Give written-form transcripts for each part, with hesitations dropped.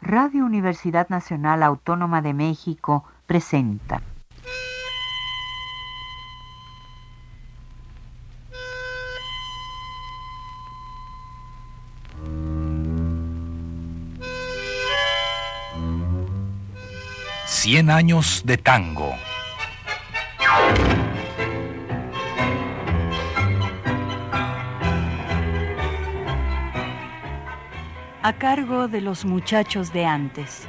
Radio Universidad Nacional Autónoma de México presenta. Cien años de tango. A cargo de los muchachos de antes.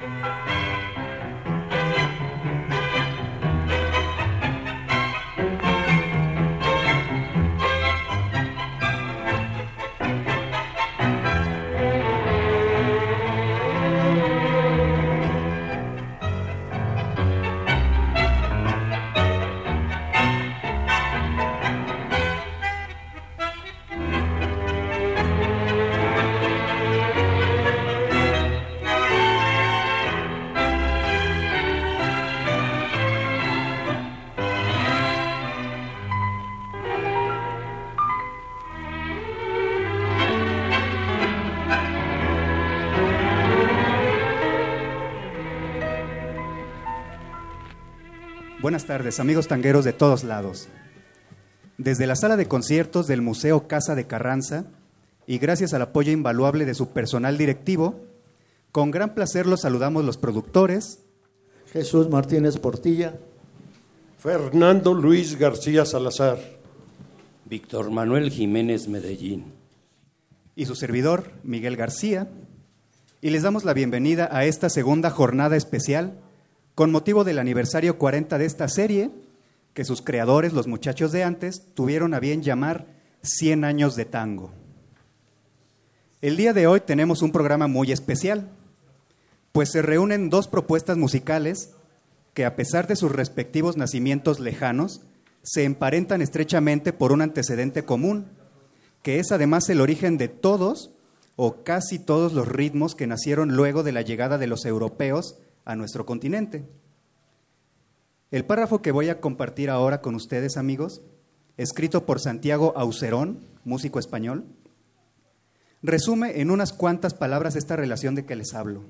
Buenas tardes, amigos tangueros de todos lados. Desde la sala de conciertos del Museo Casa de Carranza, y gracias al apoyo invaluable de su personal directivo, con gran placer los saludamos los productores: Jesús Martínez Portilla, Fernando Luis García Salazar, Víctor Manuel Jiménez Medellín y su servidor, Miguel García, y les damos la bienvenida a esta segunda jornada especial con motivo del aniversario 40 de esta serie, que sus creadores, los muchachos de antes, tuvieron a bien llamar 100 años de tango. El día de hoy tenemos un programa muy especial, pues se reúnen dos propuestas musicales que, a pesar de sus respectivos nacimientos lejanos, se emparentan estrechamente por un antecedente común, que es además el origen de todos o casi todos los ritmos que nacieron luego de la llegada de los europeos a nuestro continente. El párrafo que voy a compartir ahora con ustedes, amigos, escrito por Santiago Aucerón, músico español, resume en unas cuantas palabras esta relación de que les hablo.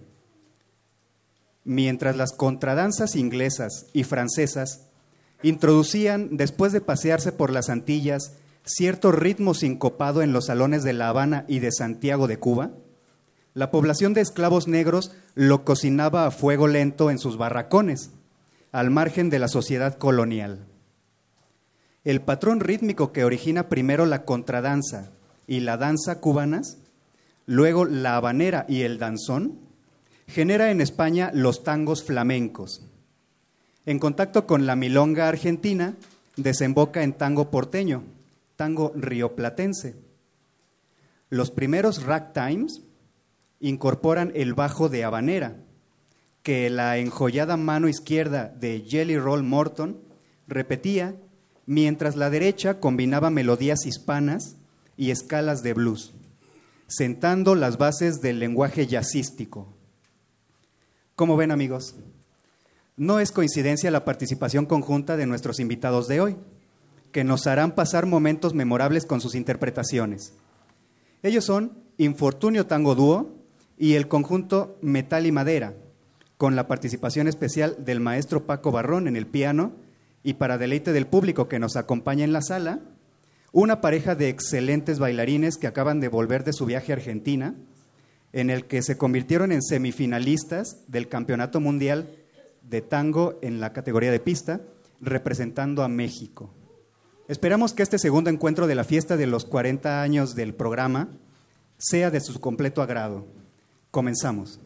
Mientras las contradanzas inglesas y francesas introducían, después de pasearse por las Antillas, cierto ritmo sincopado en los salones de La Habana y de Santiago de Cuba, la población de esclavos negros lo cocinaba a fuego lento en sus barracones, al margen de la sociedad colonial. El patrón rítmico que origina primero la contradanza y la danza cubanas, luego la habanera y el danzón, genera en España los tangos flamencos. En contacto con la milonga argentina, desemboca en tango porteño, tango rioplatense. Los primeros ragtimes incorporan el bajo de habanera, que la enjollada mano izquierda de Jelly Roll Morton repetía, mientras la derecha combinaba melodías hispanas y escalas de blues, sentando las bases del lenguaje jazzístico. ¿Cómo ven, amigos? No es coincidencia la participación conjunta de nuestros invitados de hoy, que nos harán pasar momentos memorables con sus interpretaciones. Ellos son Infortunio Tango Dúo y el conjunto Metal y Madera, con la participación especial del maestro Paco Barrón en el piano, y para deleite del público que nos acompaña en la sala, una pareja de excelentes bailarines que acaban de volver de su viaje a Argentina, en el que se convirtieron en semifinalistas del Campeonato Mundial de Tango en la categoría de pista, representando a México. Esperamos que este segundo encuentro de la fiesta de los 40 años del programa sea de su completo agrado. Comenzamos.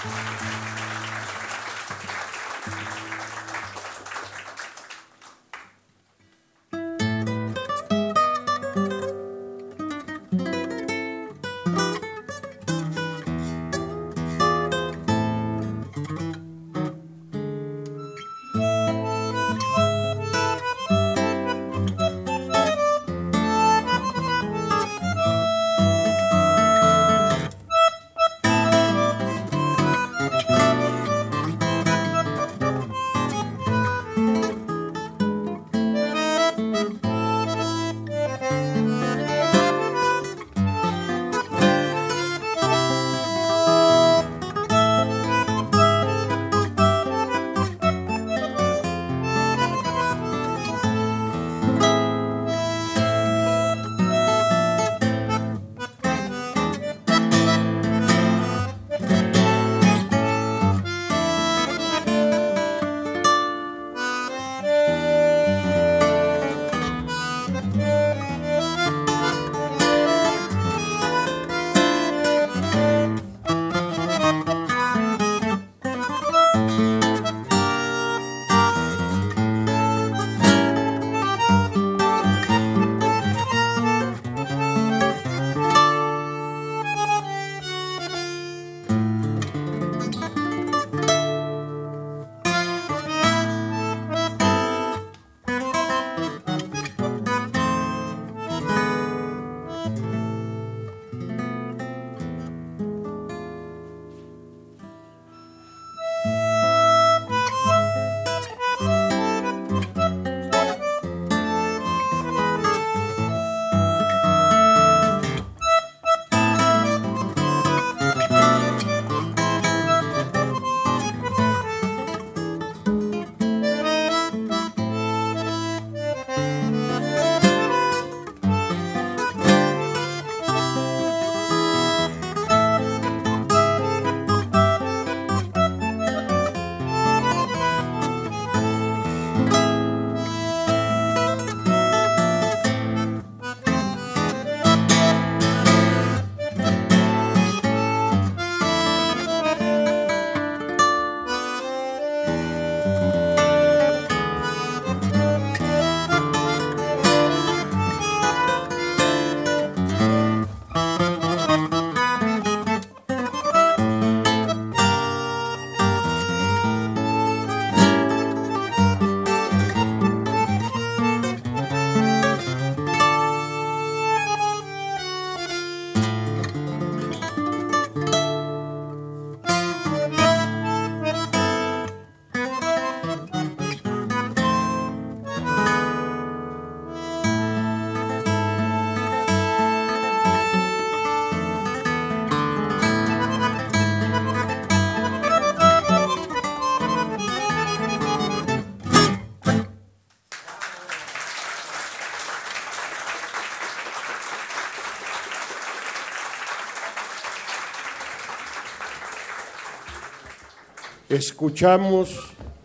Escuchamos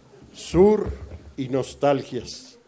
Sur y Nostalgias.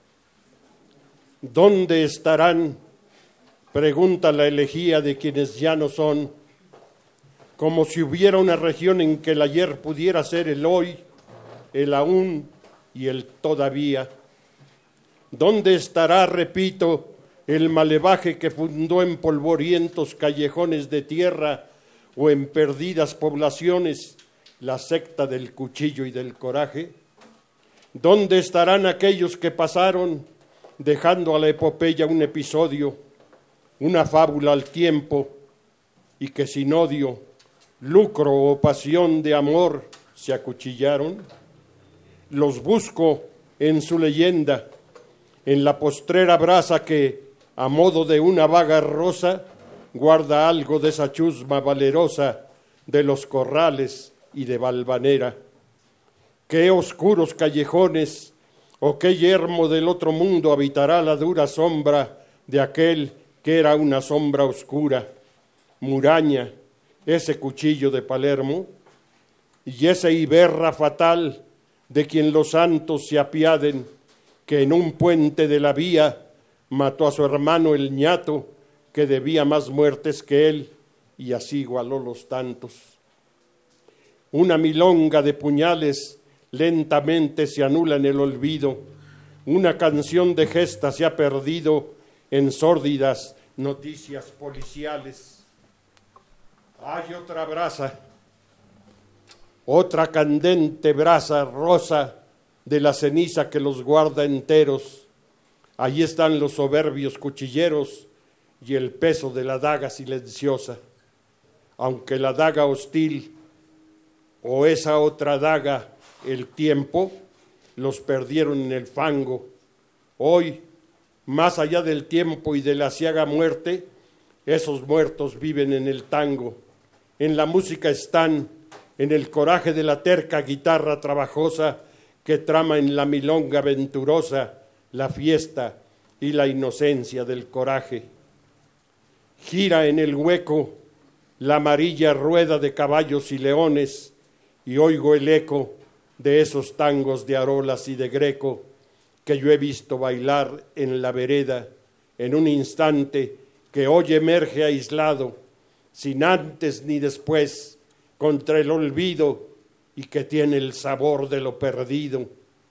¿Dónde estarán? Pregunta la elegía de quienes ya no son, como si hubiera una región en que el ayer pudiera ser el hoy, el aún y el todavía. ¿Dónde estará, repito, el malevaje que fundó en polvorientos callejones de tierra o en perdidas poblaciones la secta del cuchillo y del coraje? ¿Dónde estarán aquellos que pasaron dejando a la epopeya un episodio, una fábula al tiempo, y que sin odio, lucro o pasión de amor se acuchillaron? Los busco en su leyenda, en la postrera brasa que, a modo de una vaga rosa, guarda algo de esa chusma valerosa de los corrales y de Valvanera. Qué oscuros callejones o qué yermo del otro mundo habitará la dura sombra de aquel que era una sombra oscura, Muraña, ese cuchillo de Palermo, y ese Iberra fatal de quien los santos se apiaden, que en un puente de la vía mató a su hermano el ñato, que debía más muertes que él, y así igualó los tantos. Una milonga de puñales lentamente se anula en el olvido. Una canción de gesta se ha perdido en sórdidas noticias policiales. Hay otra brasa, otra candente brasa rosa de la ceniza que los guarda enteros. Allí están los soberbios cuchilleros y el peso de la daga silenciosa. Aunque la daga hostil o esa otra daga, el tiempo, los perdieron en el fango. Hoy, más allá del tiempo y de la ciaga muerte, esos muertos viven en el tango. En la música están, en el coraje de la terca guitarra trabajosa que trama en la milonga venturosa la fiesta y la inocencia del coraje. Gira en el hueco la amarilla rueda de caballos y leones y oigo el eco de esos tangos de Arolas y de Greco que yo he visto bailar en la vereda en un instante que hoy emerge aislado, sin antes ni después, contra el olvido y que tiene el sabor de lo perdido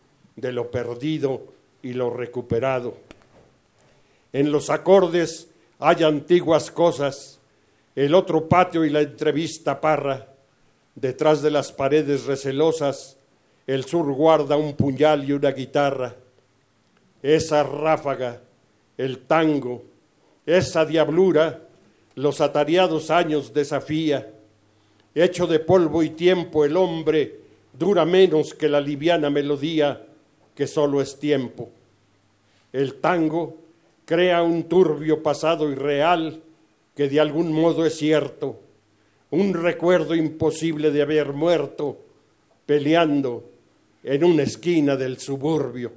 y lo recuperado. En los acordes hay antiguas cosas, el otro patio y la entrevista parra. Detrás de las paredes recelosas, el sur guarda un puñal y una guitarra. Esa ráfaga, el tango, esa diablura, los atareados años desafía. Hecho de polvo y tiempo, el hombre dura menos que la liviana melodía que solo es tiempo. El tango crea un turbio pasado irreal que de algún modo es cierto, un recuerdo imposible de haber muerto peleando en una esquina del suburbio.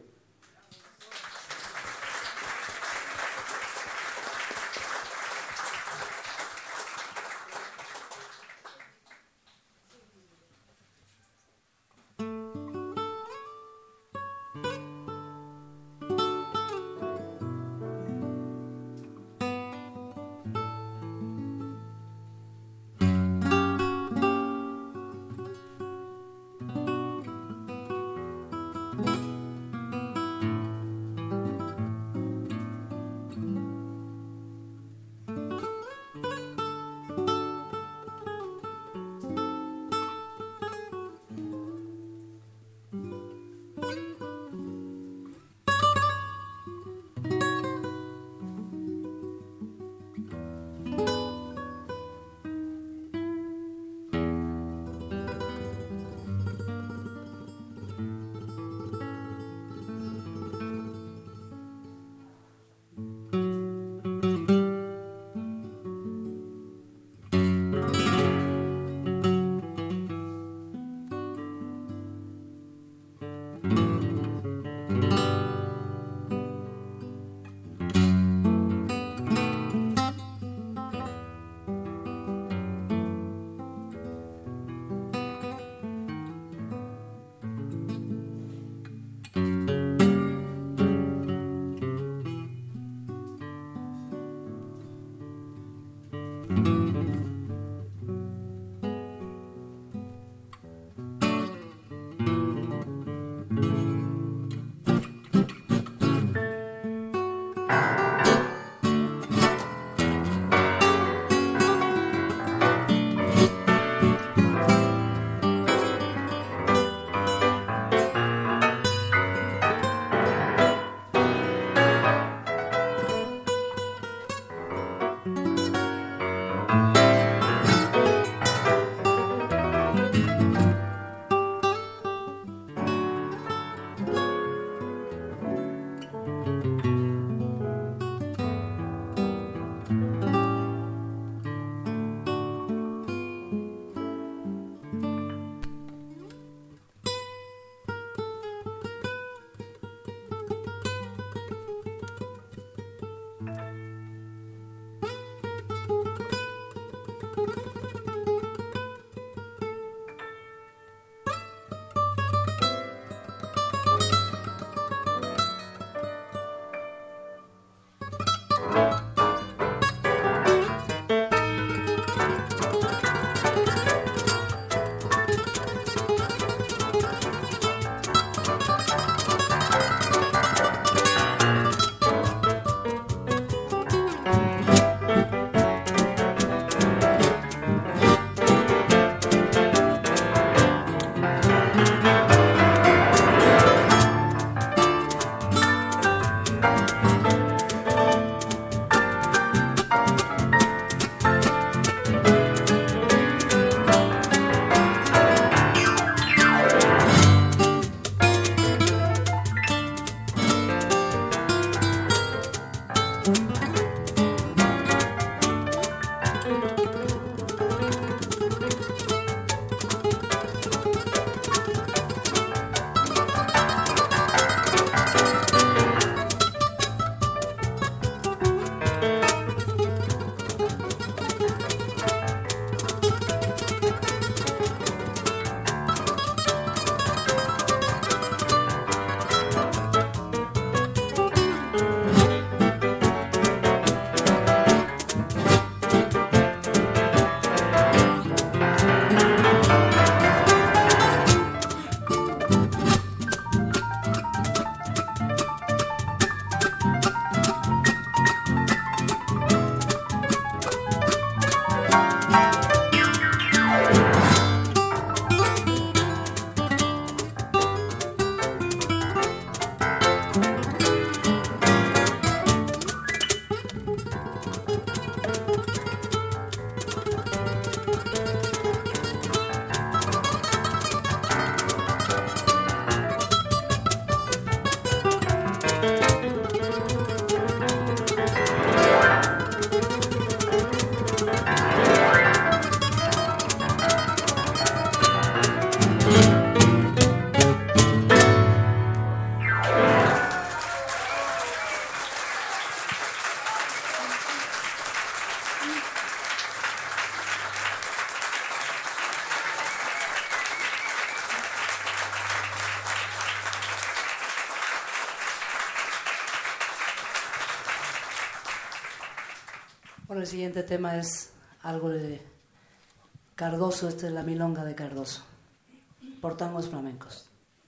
el siguiente tema es algo de Cardoso, esta es la milonga de Cardoso, por tangos flamencos.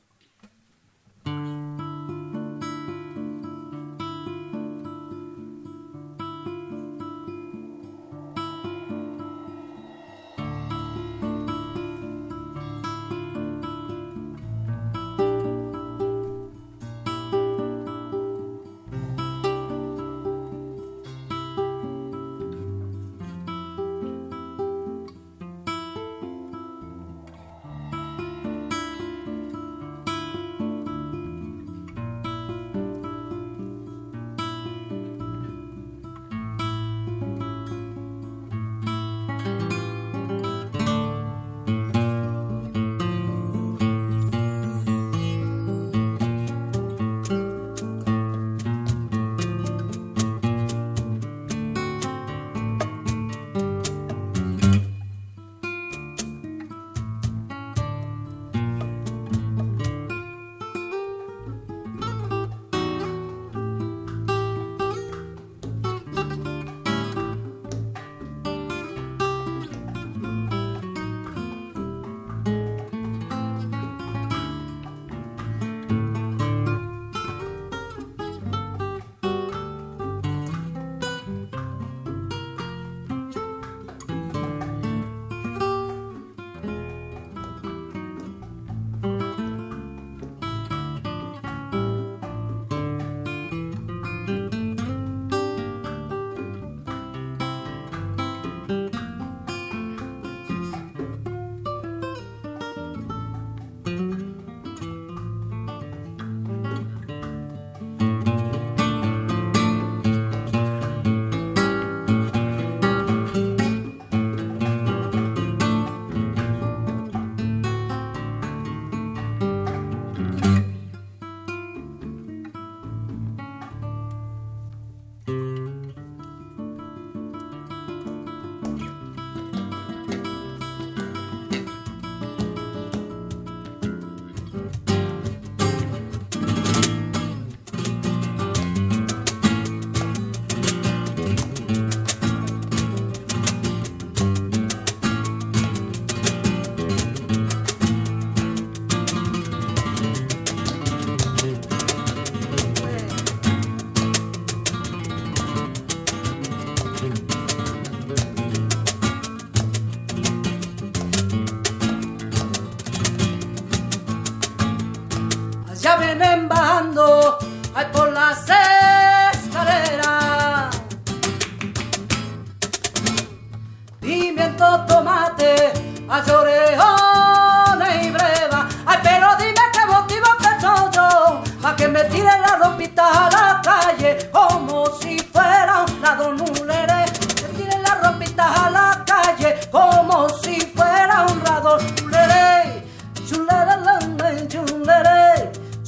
Ya vienen bajando ay, por las escaleras. Pimiento, tomate, ay, orejones y breva. Ay, pero dime qué motivo tengo yo pa' que me tire la ropita a la calle como si fuera un ladrón mulere. Me tire la ropita a la calle como si fuera un ladrón mulere. Chulere, chulere.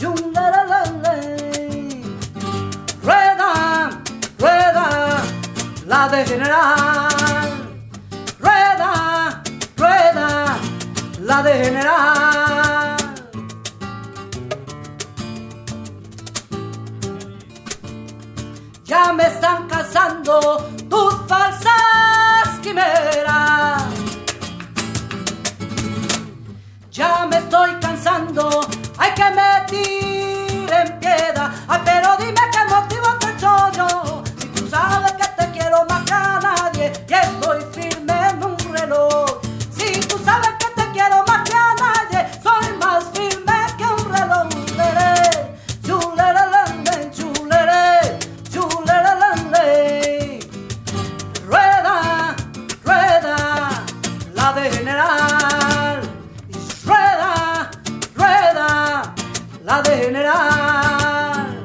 Rueda, rueda, la de general. Rueda, rueda, la de general. Ya me están cazando tus falsas quimeras. Ya me estoy cansando, hay que me tiren piedra. Ay, pero dime qué motivo te echo yo. Si tú sabes que te quiero más que a nadie y estoy firme en un reloj. Si tú sabes que te quiero más que a nadie, soy más firme que un reloj. Chulere, chulere, chulere. Rueda, rueda, la de general. Rueda, rueda, la de general.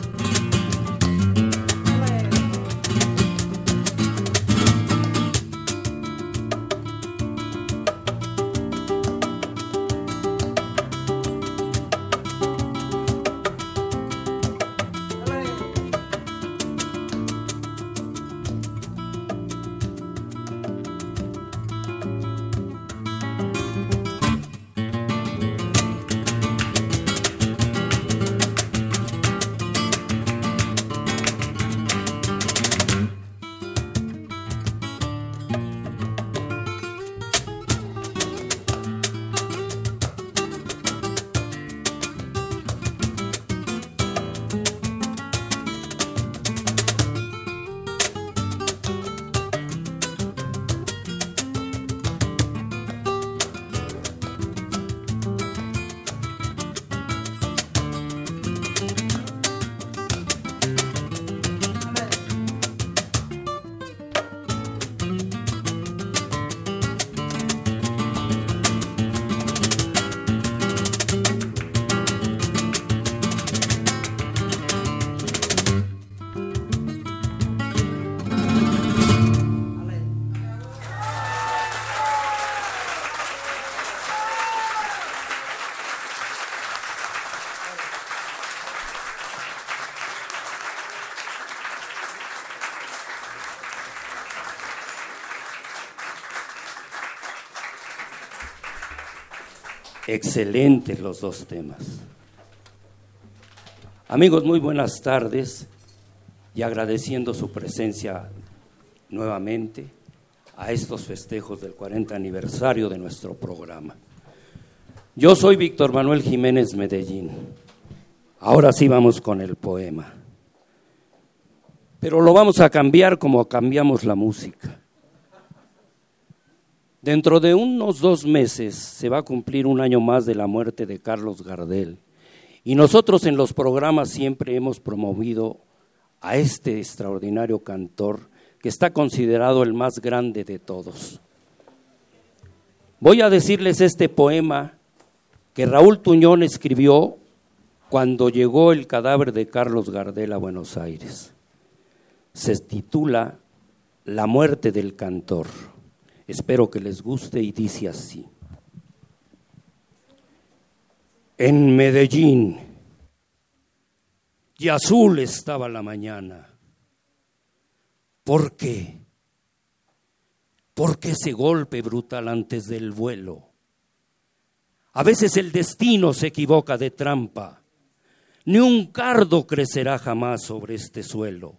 Excelentes los dos temas. Amigos, muy buenas tardes y agradeciendo su presencia nuevamente a estos festejos del 40 aniversario de nuestro programa. Yo soy Víctor Manuel Jiménez Medellín. Ahora sí vamos con el poema. Pero lo vamos a cambiar como cambiamos la música. Dentro de unos 2 meses se va a cumplir 1 año más de la muerte de Carlos Gardel. Y nosotros en los programas siempre hemos promovido a este extraordinario cantor que está considerado el más grande de todos. Voy a decirles este poema que Raúl Tuñón escribió cuando llegó el cadáver de Carlos Gardel a Buenos Aires. Se titula La muerte del cantor. Espero que les guste y dice así. En Medellín, y azul estaba la mañana. ¿Por qué? ¿Por qué ese golpe brutal antes del vuelo? A veces el destino se equivoca de trampa. Ni un cardo crecerá jamás sobre este suelo.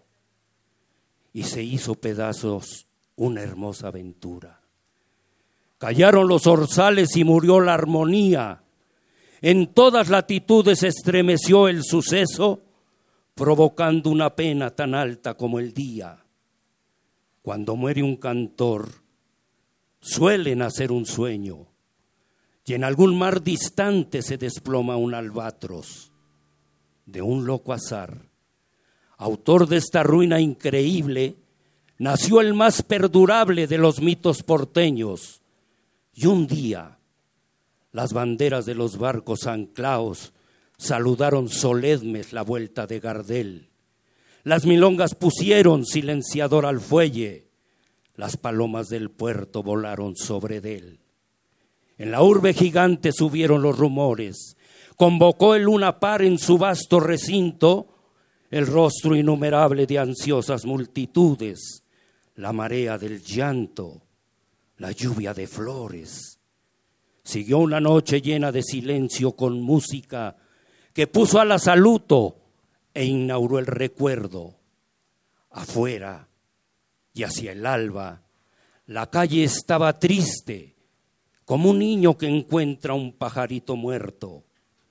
Y se hizo pedazos una hermosa aventura. Callaron los orzales y murió la armonía. En todas latitudes estremeció el suceso, provocando una pena tan alta como el día. Cuando muere un cantor, suele nacer un sueño, y en algún mar distante se desploma un albatros. De un loco azar, autor de esta ruina increíble, nació el más perdurable de los mitos porteños. Y un día, las banderas de los barcos anclaos saludaron solemnes la vuelta de Gardel. Las milongas pusieron silenciador al fuelle, las palomas del puerto volaron sobre él. En la urbe gigante subieron los rumores, convocó el Luna Par en su vasto recinto, el rostro innumerable de ansiosas multitudes, la marea del llanto, la lluvia de flores. Siguió una noche llena de silencio con música que puso al asaluto e inauguró el recuerdo. Afuera y hacia el alba, la calle estaba triste, como un niño que encuentra un pajarito muerto.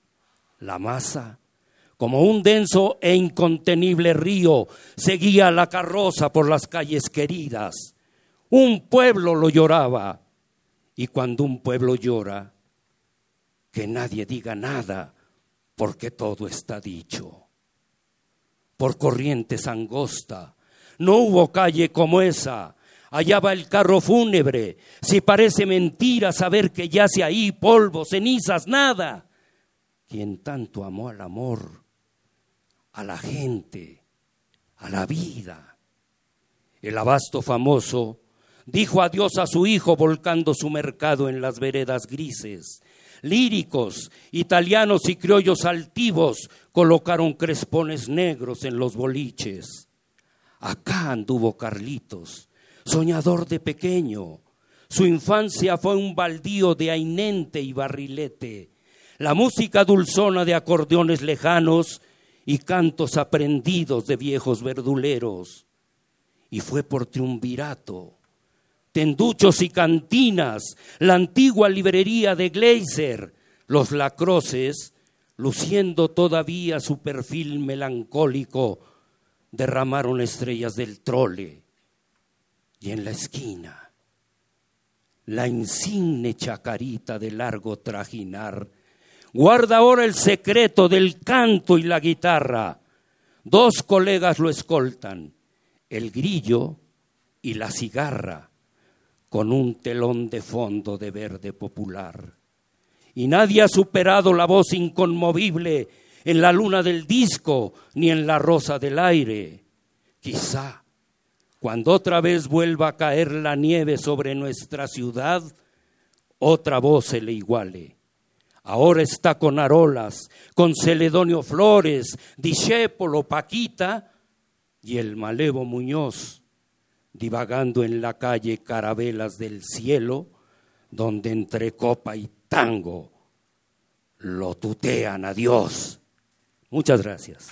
La masa, como un denso e incontenible río, seguía la carroza por las calles queridas. Un pueblo lo lloraba, y cuando un pueblo llora, que nadie diga nada, porque todo está dicho. Por Corrientes angosta, no hubo calle como esa, allá va el carro fúnebre, si parece mentira saber que yace ahí polvo, cenizas, nada. Quien tanto amó al amor, a la gente, a la vida. El abasto famoso dijo adiós a su hijo volcando su mercado en las veredas grises. Líricos, italianos y criollos altivos colocaron crespones negros en los boliches. Acá anduvo Carlitos, soñador de pequeño. Su infancia fue un baldío de ainente y barrilete. La música dulzona de acordeones lejanos y cantos aprendidos de viejos verduleros. Y fue por Triunvirato, tenduchos y cantinas, la antigua librería de Gleiser, los lacroces, luciendo todavía su perfil melancólico, derramaron estrellas del trole. Y en la esquina, la insigne chacarita de largo trajinar guarda ahora el secreto del canto y la guitarra. 2 colegas lo escoltan, el grillo y la cigarra, con un telón de fondo de verde popular. Y nadie ha superado la voz inconmovible en la luna del disco ni en la rosa del aire. Quizá, cuando otra vez vuelva a caer la nieve sobre nuestra ciudad, otra voz se le iguale. Ahora está con Arolas, con Celedonio Flores, Discépolo, Paquita y el malevo Muñoz, divagando en la calle Carabelas del Cielo, donde entre copa y tango lo tutean a Dios. Muchas gracias.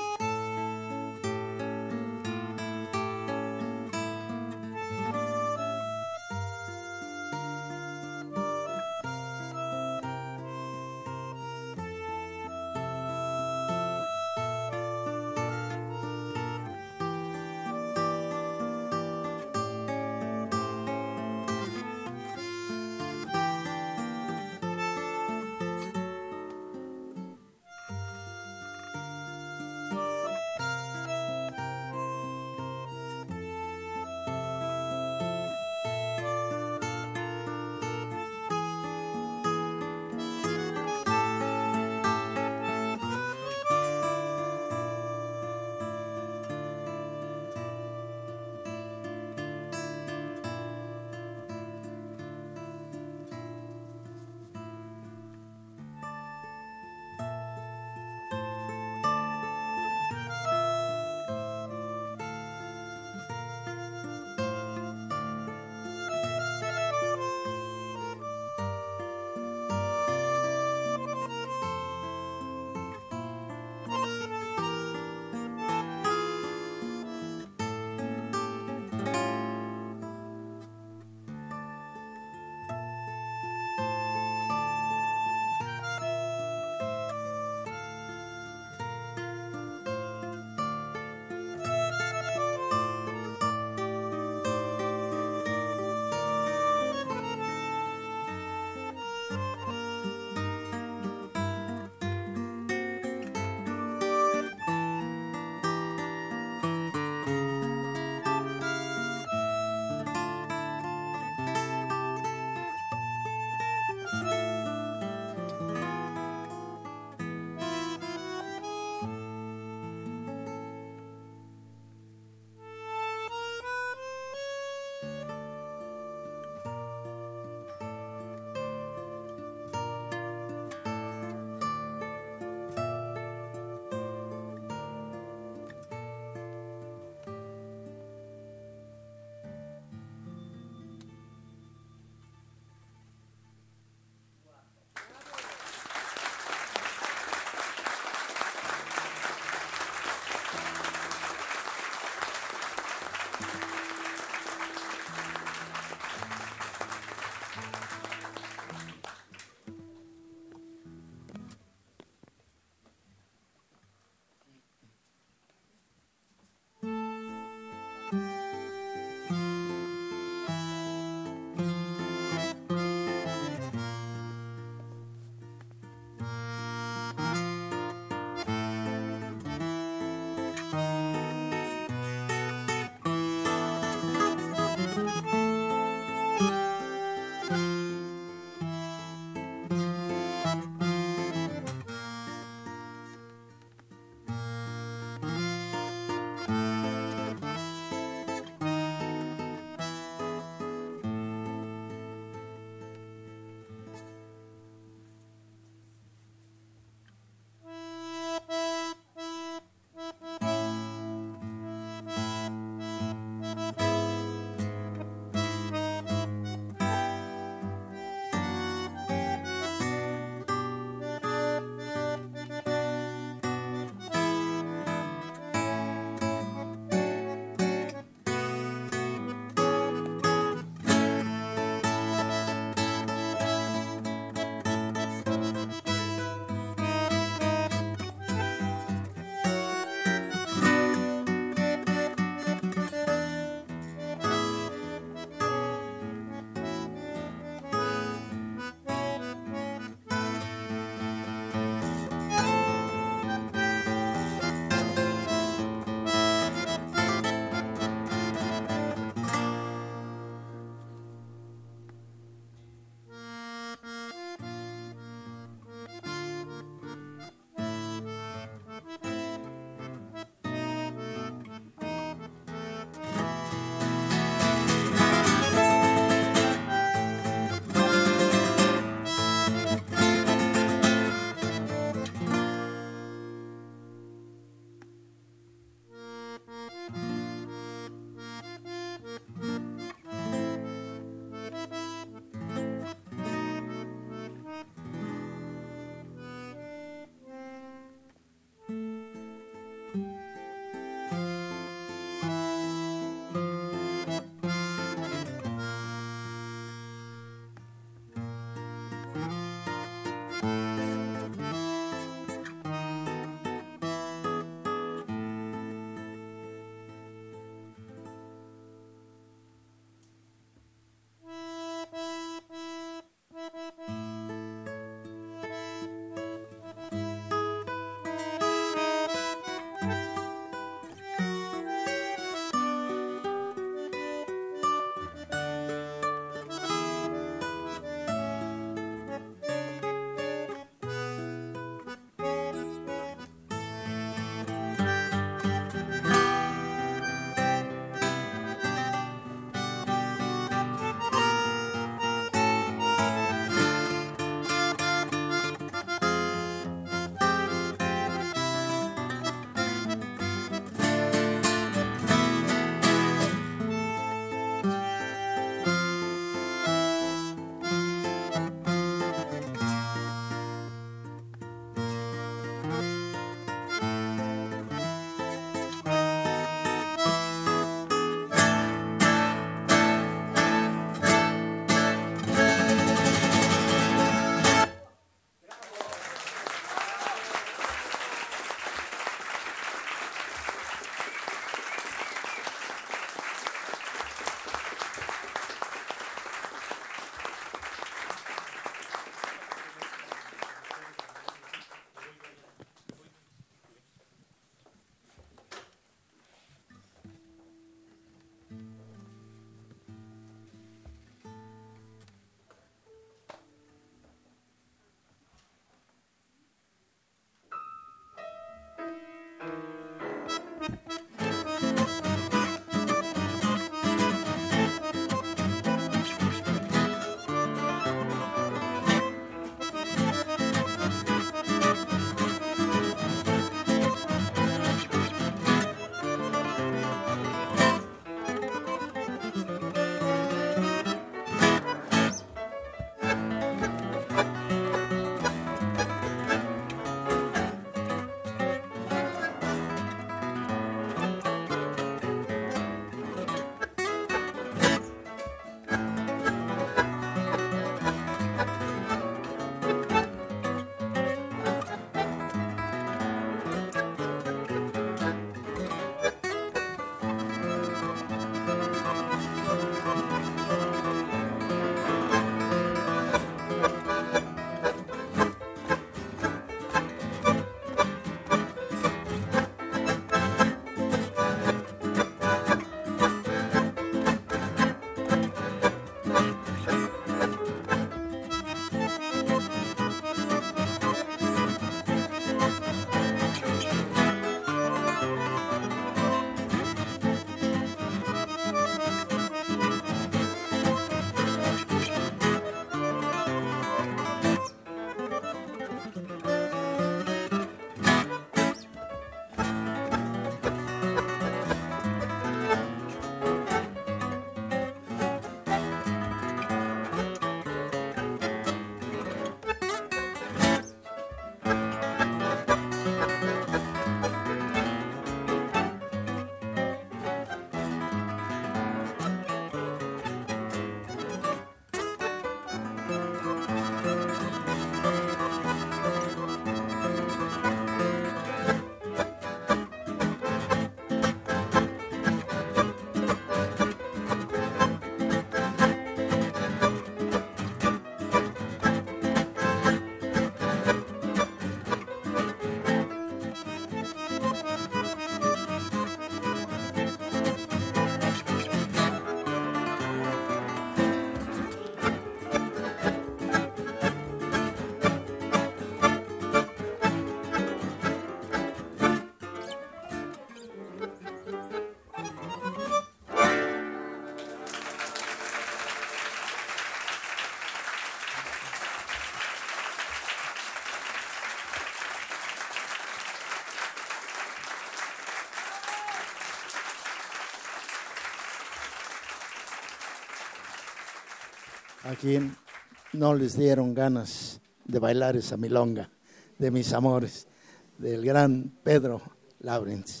a quien no les dieron ganas de bailar esa milonga de mis amores, del gran Pedro Lawrence.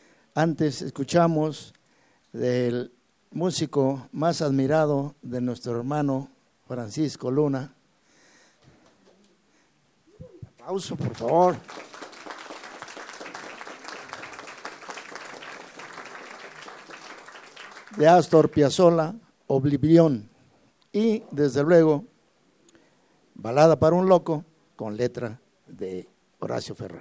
Antes escuchamos del músico más admirado de nuestro hermano Francisco Luna. Aplauso, por favor. De Astor Piazzolla, Oblivión. Y, desde luego, Balada para un loco, con letra de Horacio Ferrer.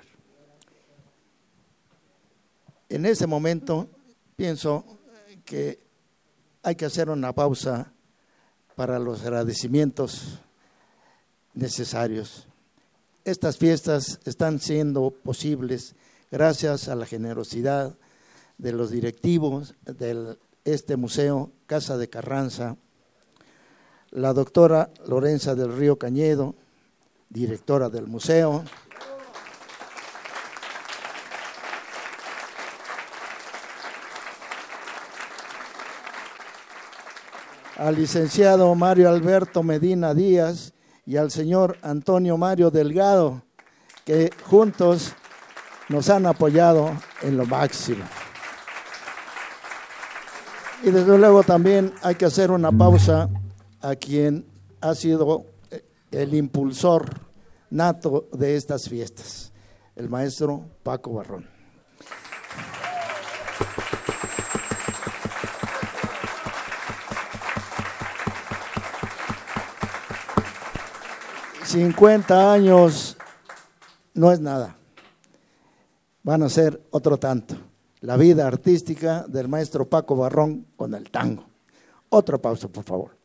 En ese momento, pienso que hay que hacer una pausa para los agradecimientos necesarios. Estas fiestas están siendo posibles gracias a la generosidad de los directivos de este museo, Casa de Carranza, la doctora Lorenza del Río Cañedo, directora del museo, al licenciado Mario Alberto Medina Díaz y al señor Antonio Mario Delgado, que juntos nos han apoyado en lo máximo. Y desde luego también hay que hacer una pausa a quien ha sido el impulsor nato de estas fiestas, el maestro Paco Barrón. $50 años no es nada, van a ser otro tanto. La vida artística del maestro Paco Barrón con el tango. Otra pausa, por favor.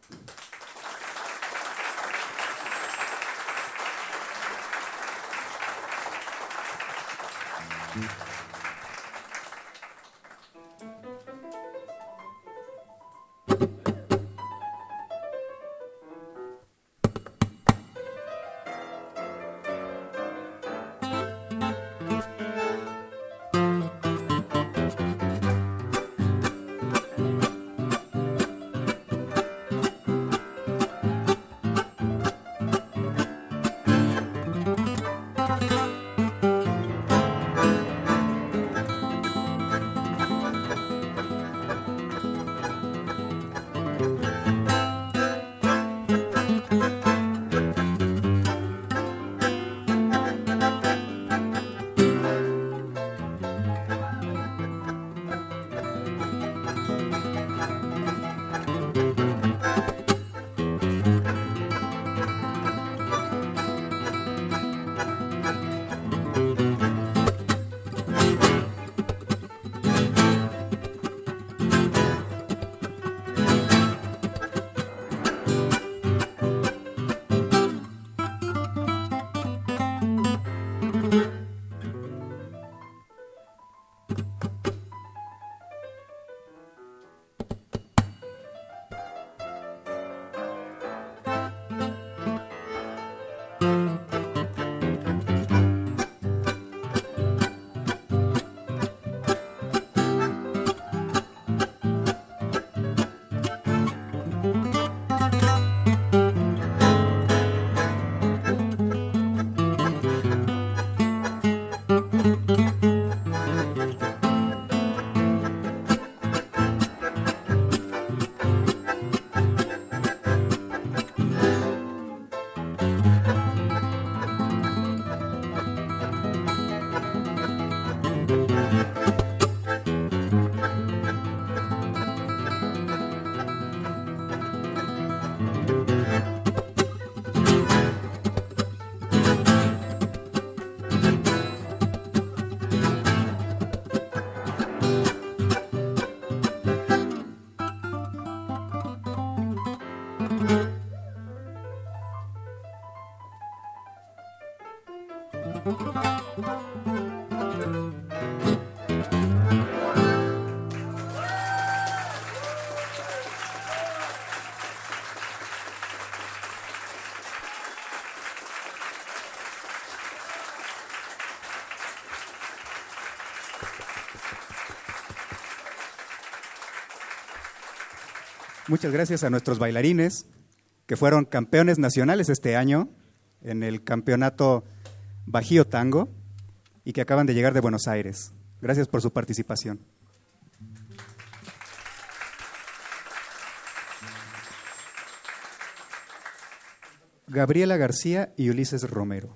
Muchas gracias a nuestros bailarines que fueron campeones nacionales este año en el campeonato Bajío Tango y que acaban de llegar de Buenos Aires. Gracias por su participación. Gabriela García y Ulises Romero.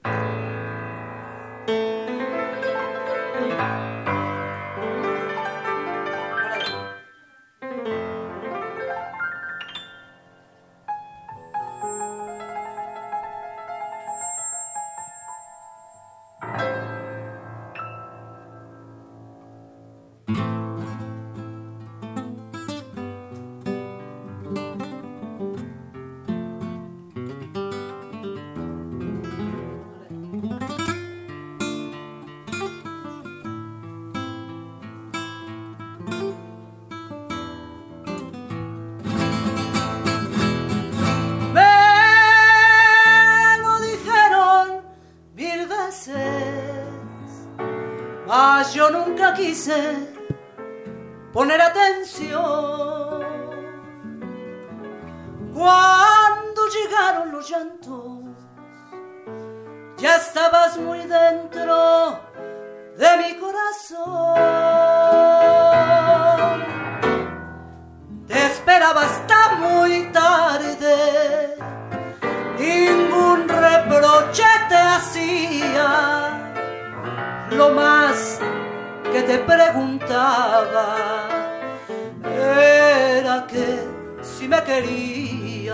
Mas yo nunca quise poner atención. Cuando llegaron los llantos, ya estabas muy dentro de mi corazón. Te esperaba hasta muy tarde, ningún reproche te hacía. Lo más que te preguntaba era que si me querías.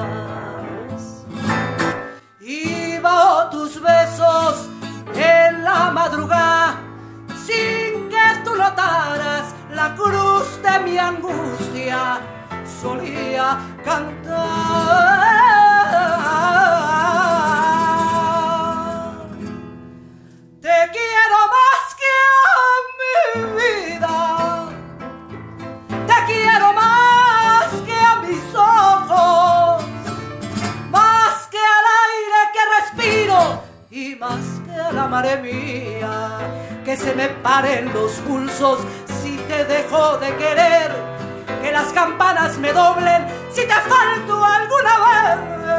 Iba tus besos en la madrugada sin que tú notaras la cruz de mi angustia. Solía cantar. Te quiero más que a mi vida, te quiero más que paren los pulsos si te dejo de querer, que las campanas me doblen si te falto alguna vez.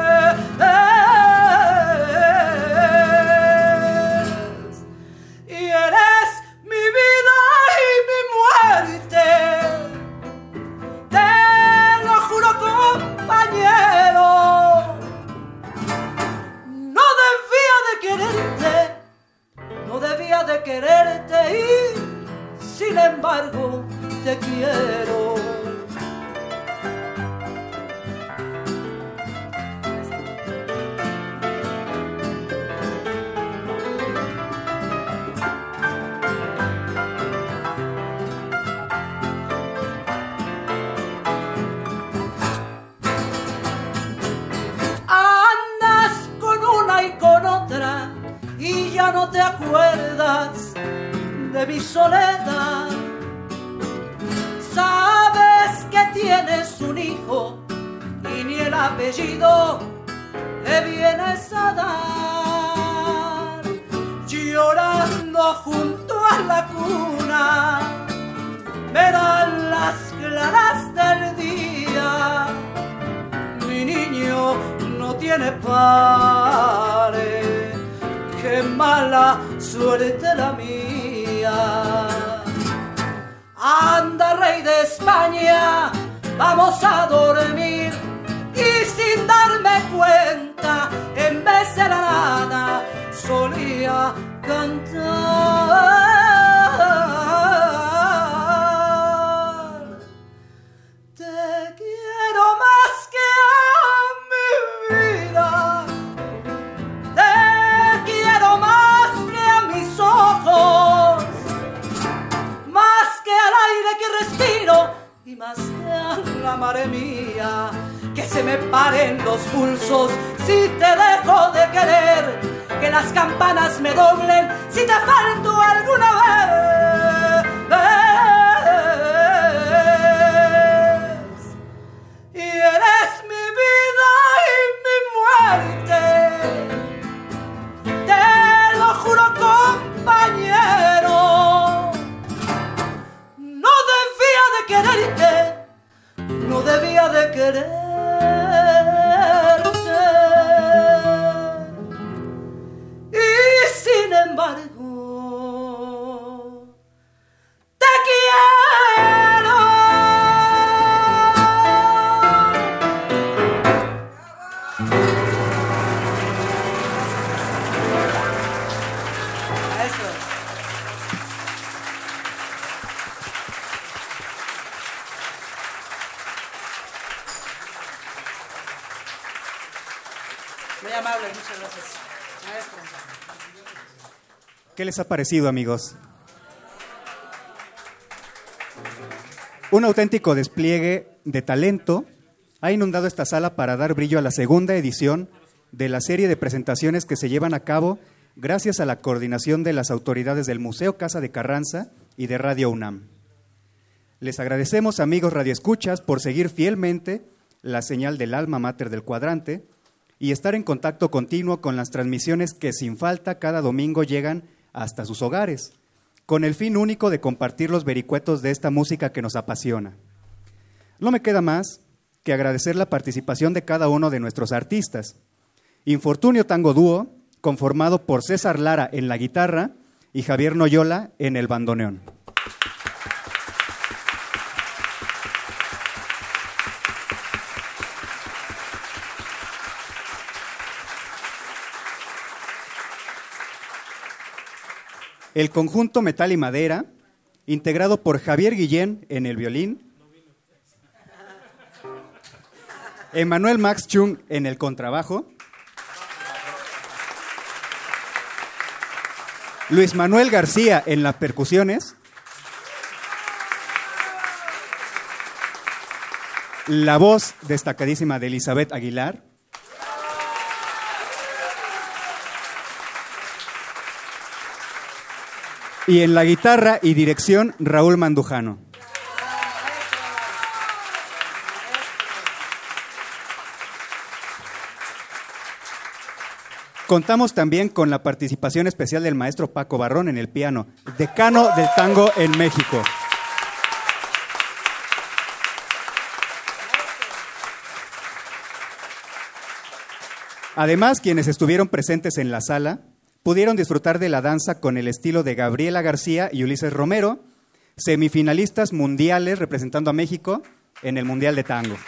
Y eres mi vida y mi muerte, te lo juro, compañero. No debía de quererte, no debía de quererte y sin embargo te quiero. Andas con una y con otra y ya no te acuerdas de mi soledad. Sabes que tienes un hijo y ni el apellido le vienes a dar. Llorando junto a la cuna me dan las claras del día. Mi niño no tiene padre, qué mala suerte la mía. Anda, rey de España, vamos a dormir. Y sin darme cuenta, en vez de la nada, solía cantar. Te quiero más que a mi vida, te quiero más que a mis ojos, más que al aire que respiro y más que a la madre mía. Que se me paren los pulsos si te dejo de querer, que las campanas me doblen si te falto alguna vez. Y eres mi vida y mi muerte, te lo juro, compañero. No debía de quererte, no debía de quererte. Y sin embargo, te quiero. Eso es. Muy amable, muchas gracias. Maestro. ¿Qué les ha parecido, amigos? Un auténtico despliegue de talento ha inundado esta sala para dar brillo a la segunda edición de la serie de presentaciones que se llevan a cabo gracias a la coordinación de las autoridades del Museo Casa de Carranza y de Radio UNAM. Les agradecemos, amigos radioescuchas, por seguir fielmente la señal del alma mater del cuadrante y estar en contacto continuo con las transmisiones que sin falta cada domingo llegan hasta sus hogares, con el fin único de compartir los vericuetos de esta música que nos apasiona. No me queda más que agradecer la participación de cada uno de nuestros artistas. Infortunio Tango Dúo, conformado por César Lara en la guitarra y Javier Noyola en el bandoneón. El conjunto Metal y Madera, integrado por Javier Guillén en el violín, Emanuel Max Chung en el contrabajo, Luis Manuel García en las percusiones, la voz destacadísima de Elizabeth Aguilar, y en la guitarra y dirección Raúl Mandujano. Contamos también con la participación especial del maestro Paco Barrón en el piano, decano del tango en México. Además, quienes estuvieron presentes en la sala pudieron disfrutar de la danza con el estilo de Gabriela García y Ulises Romero, semifinalistas mundiales representando a México en el Mundial de Tango.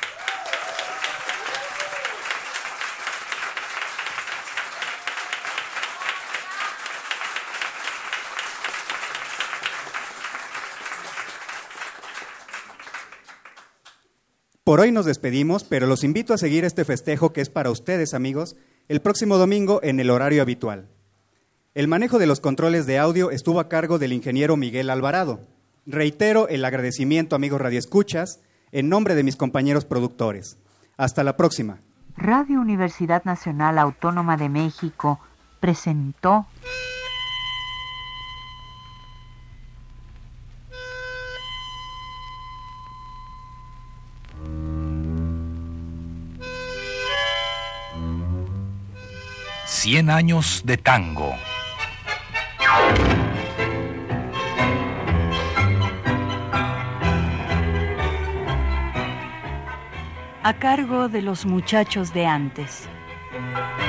Por hoy nos despedimos, pero los invito a seguir este festejo que es para ustedes, amigos, el próximo domingo en el horario habitual. El manejo de los controles de audio estuvo a cargo del ingeniero Miguel Alvarado. Reitero el agradecimiento, amigos radioescuchas, en nombre de mis compañeros productores. Hasta la próxima. Radio Universidad Nacional Autónoma de México presentó Cien años de tango. A cargo de los muchachos de antes.